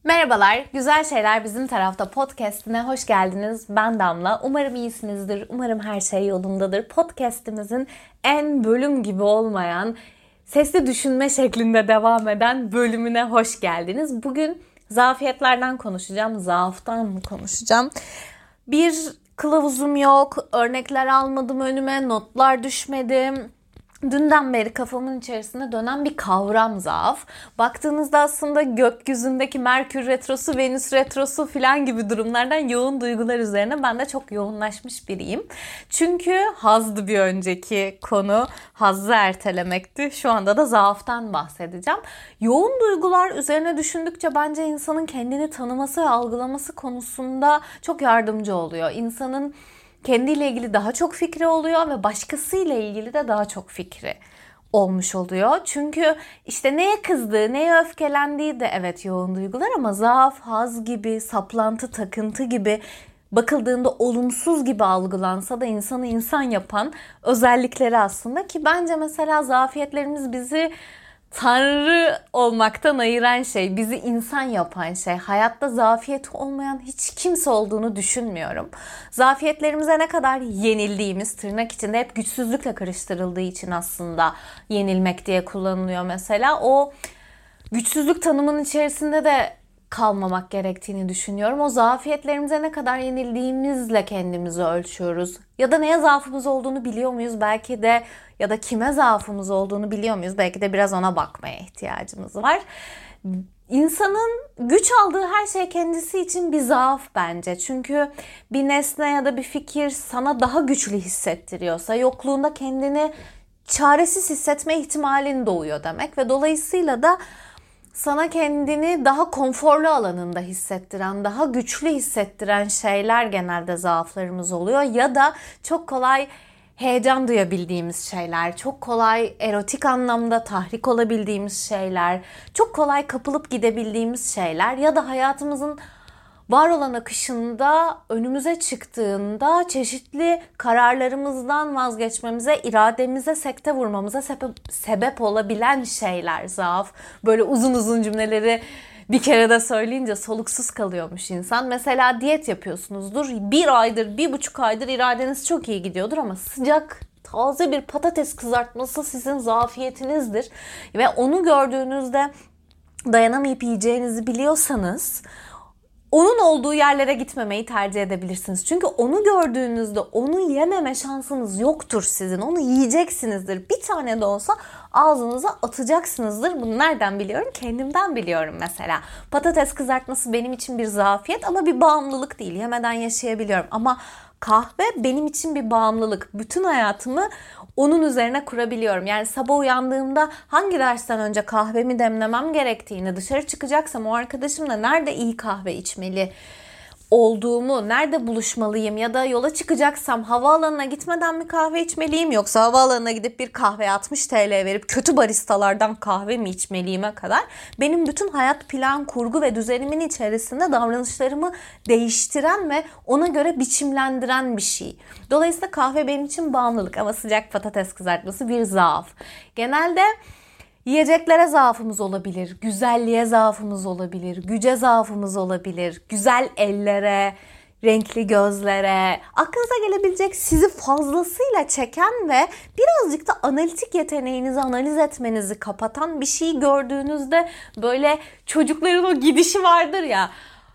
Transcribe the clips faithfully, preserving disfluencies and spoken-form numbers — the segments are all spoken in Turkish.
Merhabalar, Güzel Şeyler Bizim Tarafta podcastine hoş geldiniz. Ben Damla. Umarım iyisinizdir, umarım her şey yolundadır. Podcastimizin en bölüm gibi olmayan, sesli düşünme şeklinde devam eden bölümüne hoş geldiniz. Bugün zafiyetlerden konuşacağım, zaaftan konuşacağım. Bir kılavuzum yok, örnekler almadım önüme, notlar düşmedim. Dünden beri kafamın içerisinde dönen bir kavram zaaf. Baktığınızda aslında gökyüzündeki Merkür Retrosu, Venüs Retrosu falan gibi durumlardan yoğun duygular üzerine ben de çok yoğunlaşmış biriyim. Çünkü hazdı bir önceki konu, hazzı ertelemekti. Şu anda da zaaftan bahsedeceğim. Yoğun duygular üzerine düşündükçe bence insanın kendini tanıması ve algılaması konusunda çok yardımcı oluyor. İnsanın kendiyle ilgili daha çok fikri oluyor ve başkasıyla ilgili de daha çok fikri olmuş oluyor. Çünkü işte neye kızdığı, neye öfkelendiği de evet yoğun duygular ama zaaf, haz gibi, saplantı, takıntı gibi bakıldığında olumsuz gibi algılansa da insanı insan yapan özellikleri aslında ki bence mesela zafiyetlerimiz bizi Tanrı olmaktan ayıran şey, bizi insan yapan şey. Hayatta zafiyet olmayan hiç kimse olduğunu düşünmüyorum. Zafiyetlerimize ne kadar yenildiğimiz, tırnak içinde hep güçsüzlükle karıştırıldığı için aslında yenilmek diye kullanılıyor mesela. O güçsüzlük tanımının içerisinde de kalmamak gerektiğini düşünüyorum. O zafiyetlerimize ne kadar yenildiğimizle kendimizi ölçüyoruz. Ya da neye zaafımız olduğunu biliyor muyuz? Belki de ya da kime zaafımız olduğunu biliyor muyuz? Belki de biraz ona bakmaya ihtiyacımız var. İnsanın güç aldığı her şey kendisi için bir zaaf bence. Çünkü bir nesne ya da bir fikir sana daha güçlü hissettiriyorsa, yokluğunda kendini çaresiz hissetme ihtimalin doğuyor demek. Ve dolayısıyla da sana kendini daha konforlu alanında hissettiren, daha güçlü hissettiren şeyler genelde zaaflarımız oluyor. Ya da çok kolay heyecan duyabildiğimiz şeyler, çok kolay erotik anlamda tahrik olabildiğimiz şeyler, çok kolay kapılıp gidebildiğimiz şeyler ya da hayatımızın var olan akışında önümüze çıktığında çeşitli kararlarımızdan vazgeçmemize, irademize sekte vurmamıza sebep, sebep olabilen şeyler zaaf. Böyle uzun uzun cümleleri bir kere de söyleyince soluksuz kalıyormuş insan. Mesela diyet yapıyorsunuzdur. Bir aydır, bir buçuk aydır iradeniz çok iyi gidiyordur ama sıcak, taze bir patates kızartması sizin zafiyetinizdir. Ve onu gördüğünüzde dayanamayıp yiyeceğinizi biliyorsanız onun olduğu yerlere gitmemeyi tercih edebilirsiniz. Çünkü onu gördüğünüzde onu yememe şansınız yoktur sizin. Onu yiyeceksinizdir. Bir tane de olsa ağzınıza atacaksınızdır. Bunu nereden biliyorum? Kendimden biliyorum mesela. Patates kızartması benim için bir zafiyet ama bir bağımlılık değil. Yemeden yaşayabiliyorum. Ama kahve benim için bir bağımlılık. Bütün hayatımı onun üzerine kurabiliyorum. Yani sabah uyandığımda hangi dersten önce kahvemi demlemem gerektiğini, dışarı çıkacaksam o arkadaşımla nerede iyi kahve içmeli olduğumu, nerede buluşmalıyım ya da yola çıkacaksam havaalanına gitmeden mi kahve içmeliyim yoksa havaalanına gidip bir kahveye altmış T L verip kötü baristalardan kahve mi içmeliyime kadar benim bütün hayat plan, kurgu ve düzenimin içerisinde davranışlarımı değiştiren ve ona göre biçimlendiren bir şey. Dolayısıyla kahve benim için bağımlılık ama sıcak patates kızartması bir zaaf. Genelde yiyeceklere zaafımız olabilir, güzelliğe zaafımız olabilir, güce zaafımız olabilir, güzel ellere, renkli gözlere, aklınıza gelebilecek sizi fazlasıyla çeken ve birazcık da analitik yeteneğinizi analiz etmenizi kapatan bir şey gördüğünüzde böyle çocukların o gidişi vardır ya,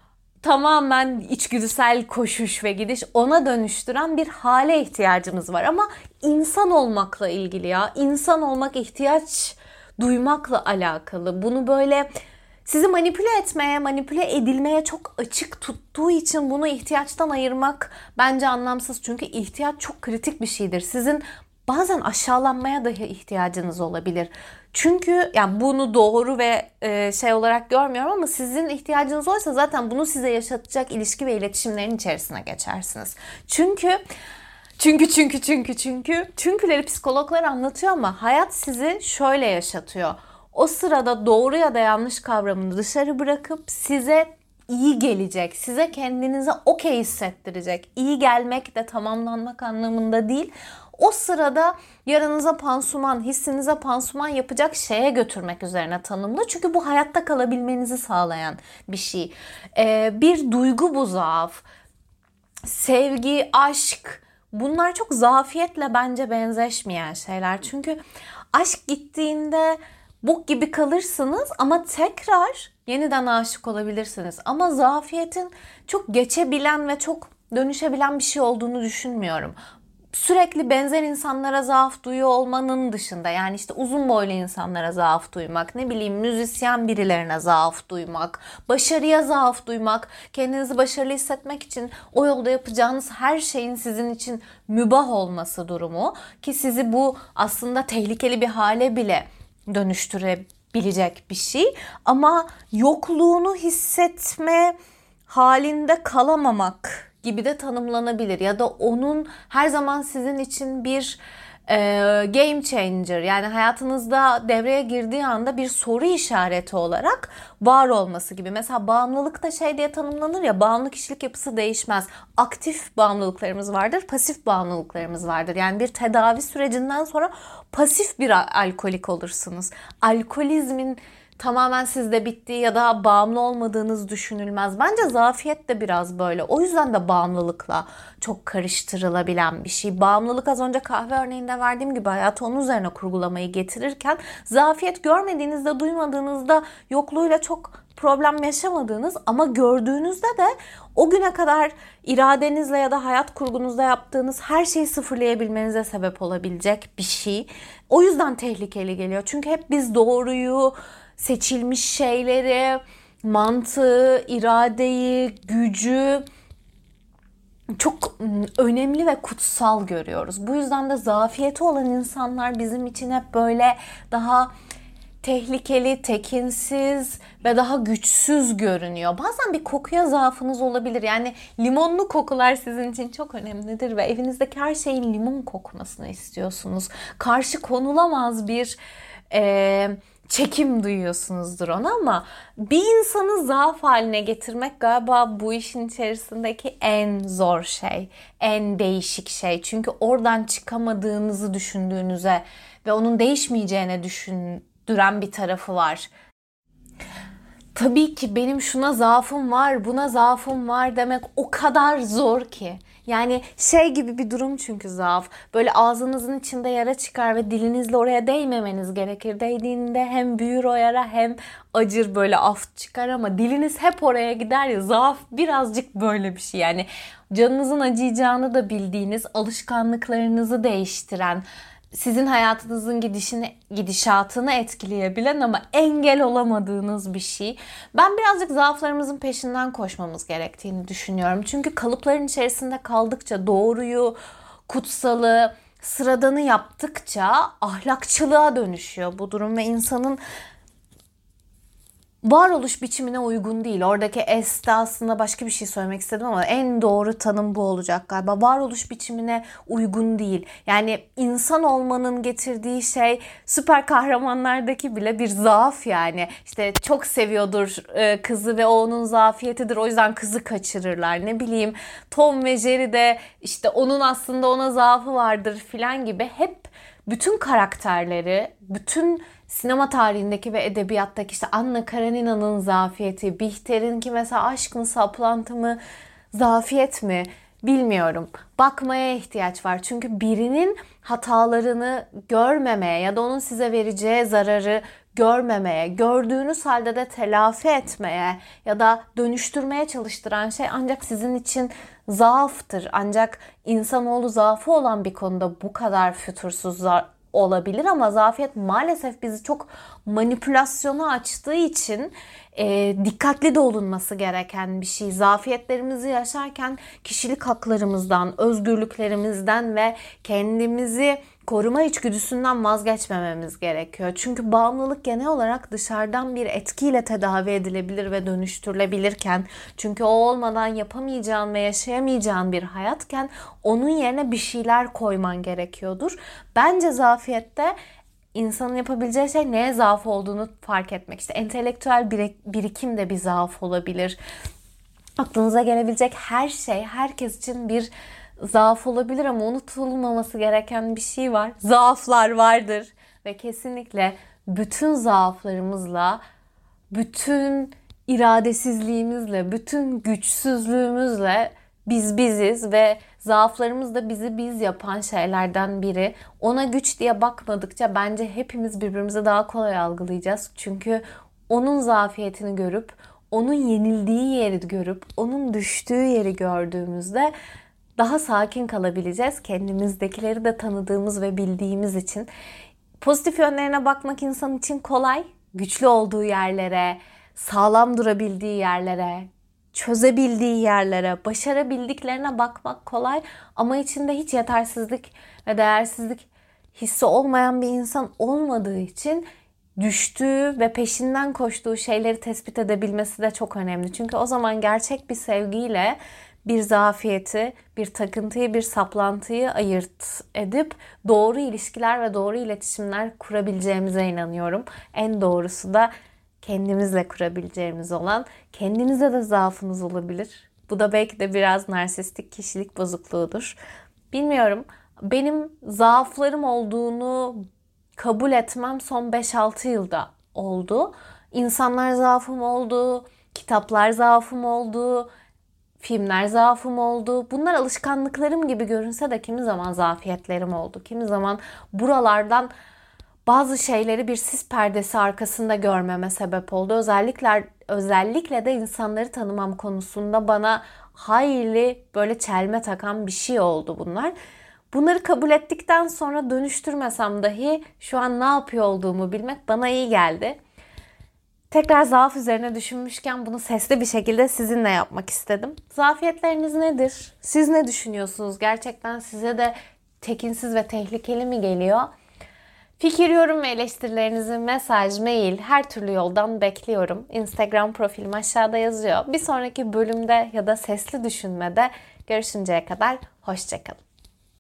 tamamen içgüdüsel koşuş ve gidiş ona dönüştüren bir hale ihtiyacımız var. Ama insan olmakla ilgili ya, insan olmak ihtiyaç duymakla alakalı. Bunu böyle sizi manipüle etmeye, manipüle edilmeye çok açık tuttuğu için bunu ihtiyaçtan ayırmak bence anlamsız. Çünkü ihtiyaç çok kritik bir şeydir. Sizin bazen aşağılanmaya dahi ihtiyacınız olabilir. Çünkü yani bunu doğru ve e, şey olarak görmüyorum ama sizin ihtiyacınız olsa zaten bunu size yaşatacak ilişki ve iletişimlerin içerisine geçersiniz. Çünkü Çünkü çünkü çünkü çünkü çünküleri psikologlar anlatıyor ama hayat sizi şöyle yaşatıyor. O sırada doğru ya da yanlış kavramını dışarı bırakıp size iyi gelecek, size kendinize okey hissettirecek. İyi gelmek de tamamlanmak anlamında değil. o sırada yaranıza pansuman, hissinize pansuman yapacak şeye götürmek üzerine tanımlı. Çünkü bu hayatta kalabilmenizi sağlayan bir şey. Ee, bir duygu bu zaaf. Sevgi, aşk, bunlar çok zafiyetle bence benzeşmeyen şeyler. Çünkü aşk gittiğinde bok gibi kalırsınız ama tekrar yeniden aşık olabilirsiniz. Ama zafiyetin çok geçebilen ve çok dönüşebilen bir şey olduğunu düşünmüyorum. Sürekli benzer insanlara zaaf duyuyor olmanın dışında, yani işte uzun boylu insanlara zaaf duymak, ne bileyim müzisyen birilerine zaaf duymak, başarıya zaaf duymak, kendinizi başarılı hissetmek için o yolda yapacağınız her şeyin sizin için mübah olması durumu, ki sizi bu aslında tehlikeli bir hale bile dönüştürebilecek bir şey. Ama yokluğunu hissetme halinde kalamamak gibi de tanımlanabilir. Ya da onun her zaman sizin için bir e, game changer, yani hayatınızda devreye girdiği anda bir soru işareti olarak var olması gibi. Mesela bağımlılık da şey diye tanımlanır ya, bağımlı kişilik yapısı değişmez. Aktif bağımlılıklarımız vardır, pasif bağımlılıklarımız vardır. Yani bir tedavi sürecinden sonra pasif bir alkolik olursunuz. Alkolizmin tamamen sizde bittiği ya da bağımlı olmadığınız düşünülmez. Bence zafiyet de biraz böyle. O yüzden de bağımlılıkla çok karıştırılabilen bir şey. Bağımlılık, az önce kahve örneğinde verdiğim gibi, hayatı onun üzerine kurgulamayı getirirken, zafiyet görmediğinizde, duymadığınızda, yokluğuyla çok problem yaşamadığınız ama gördüğünüzde de o güne kadar iradenizle ya da hayat kurgunuzda yaptığınız her şeyi sıfırlayabilmenize sebep olabilecek bir şey. O yüzden tehlikeli geliyor. Çünkü hep biz doğruyu, seçilmiş şeyleri, mantığı, iradeyi, gücü çok önemli ve kutsal görüyoruz. Bu yüzden de zafiyeti olan insanlar bizim için hep böyle daha tehlikeli, tekinsiz ve daha güçsüz görünüyor. Bazen bir kokuya zaafınız olabilir. Yani limonlu kokular sizin için çok önemlidir ve evinizdeki her şeyin limon kokmasını istiyorsunuz. Karşı konulamaz bir e, çekim duyuyorsunuzdur ona, ama bir insanı zaaf haline getirmek galiba bu işin içerisindeki en zor şey, en değişik şey. Çünkü oradan çıkamadığınızı düşündüğünüze ve onun değişmeyeceğine düşündüren bir tarafı var. Tabii ki benim şuna zaafım var, buna zaafım var demek o kadar zor ki. Yani şey gibi bir durum çünkü zaaf. Böyle ağzınızın içinde yara çıkar ve dilinizle oraya değmemeniz gerekir. Değdiğinde hem büyür o yara hem acır, böyle af çıkar, ama diliniz hep oraya gider ya. Zaaf birazcık böyle bir şey. Yani canınızın acıyacağını da bildiğiniz, alışkanlıklarınızı değiştiren, sizin hayatınızın gidişini, gidişatını etkileyebilen ama engel olamadığınız bir şey. Ben birazcık zaaflarımızın peşinden koşmamız gerektiğini düşünüyorum. Çünkü kalıpların içerisinde kaldıkça, doğruyu, kutsalı, sıradanı yaptıkça ahlakçılığa dönüşüyor bu durum ve insanın varoluş biçimine uygun değil. Oradaki es aslında başka bir şey söylemek istedim ama en doğru tanım bu olacak galiba. Varoluş biçimine uygun değil. Yani insan olmanın getirdiği şey süper kahramanlardaki bile bir zaaf yani. İşte çok seviyordur kızı ve o onun zafiyetidir. O yüzden kızı kaçırırlar. Ne bileyim, Tom ve Jerry de işte onun aslında ona zaafı vardır filan gibi. Hep bütün karakterleri, bütün sinema tarihindeki ve edebiyattaki, işte Anna Karenina'nın zafiyeti, Bihter'inki mesela aşk mı, saplantı mı, zafiyet mi bilmiyorum. Bakmaya ihtiyaç var. Çünkü birinin hatalarını görmemeye ya da onun size vereceği zararı görmemeye, gördüğünüz halde de telafi etmeye ya da dönüştürmeye çalıştıran şey ancak sizin için zaaftır. Ancak insanoğlu zaafı olan bir konuda bu kadar fütursuz olabilir, ama zafiyet maalesef bizi çok manipülasyona açtığı için e, dikkatli de olunması gereken bir şey. Zafiyetlerimizi yaşarken kişilik haklarımızdan, özgürlüklerimizden ve kendimizi koruma içgüdüsünden vazgeçmememiz gerekiyor. Çünkü bağımlılık genel olarak dışarıdan bir etkiyle tedavi edilebilir ve dönüştürülebilirken, çünkü o olmadan yapamayacağın ve yaşayamayacağın bir hayatken onun yerine bir şeyler koyman gerekiyordur. Bence zafiyette insanın yapabileceği şey neye zaaf olduğunu fark etmek. İşte entelektüel birikim de bir zaaf olabilir. Aklınıza gelebilecek her şey herkes için bir zaaf olabilir ama unutulmaması gereken bir şey var. Zaaflar vardır ve kesinlikle bütün zaaflarımızla, bütün iradesizliğimizle, bütün güçsüzlüğümüzle biz biziz ve zaaflarımız da bizi biz yapan şeylerden biri. Ona güç diye bakmadıkça bence hepimiz birbirimizi daha kolay algılayacağız. Çünkü onun zafiyetini görüp, onun yenildiği yeri görüp, onun düştüğü yeri gördüğümüzde daha sakin kalabileceğiz. Kendimizdekileri de tanıdığımız ve bildiğimiz için. Pozitif yönlerine bakmak insan için kolay. Güçlü olduğu yerlere, sağlam durabildiği yerlere, çözebildiği yerlere, başarabildiklerine bakmak kolay. Ama içinde hiç yetersizlik ve değersizlik hissi olmayan bir insan olmadığı için düştüğü ve peşinden koştuğu şeyleri tespit edebilmesi de çok önemli. Çünkü o zaman gerçek bir sevgiyle bir zafiyeti, bir takıntıyı, bir saplantıyı ayırt edip doğru ilişkiler ve doğru iletişimler kurabileceğimize inanıyorum. En doğrusu da kendimizle kurabileceğimiz olan, kendinize de zaafınız olabilir. Bu da belki de biraz narsistik kişilik bozukluğudur. Bilmiyorum. Benim zaaflarım olduğunu kabul etmem son beş altı yılda oldu. İnsanlar zaafım oldu, kitaplar zaafım oldu, filmler zaafım oldu. Bunlar alışkanlıklarım gibi görünse de kimi zaman zafiyetlerim oldu. Kimi zaman buralardan bazı şeyleri bir sis perdesi arkasında görmeme sebep oldu. Özellikle özellikle de insanları tanımam konusunda bana hayli böyle çelme takan bir şey oldu bunlar. Bunları kabul ettikten sonra dönüştürmesem dahi şu an ne yapıyor olduğumu bilmek bana iyi geldi. Tekrar zaaf üzerine düşünmüşken bunu sesli bir şekilde sizinle yapmak istedim. Zafiyetleriniz nedir? Siz ne düşünüyorsunuz? Gerçekten size de tekinsiz ve tehlikeli mi geliyor? Fikir, yorum ve eleştirilerinizi mesaj, mail, her türlü yoldan bekliyorum. Instagram profilim aşağıda yazıyor. Bir sonraki bölümde ya da sesli düşünmede görüşünceye kadar hoşça kalın.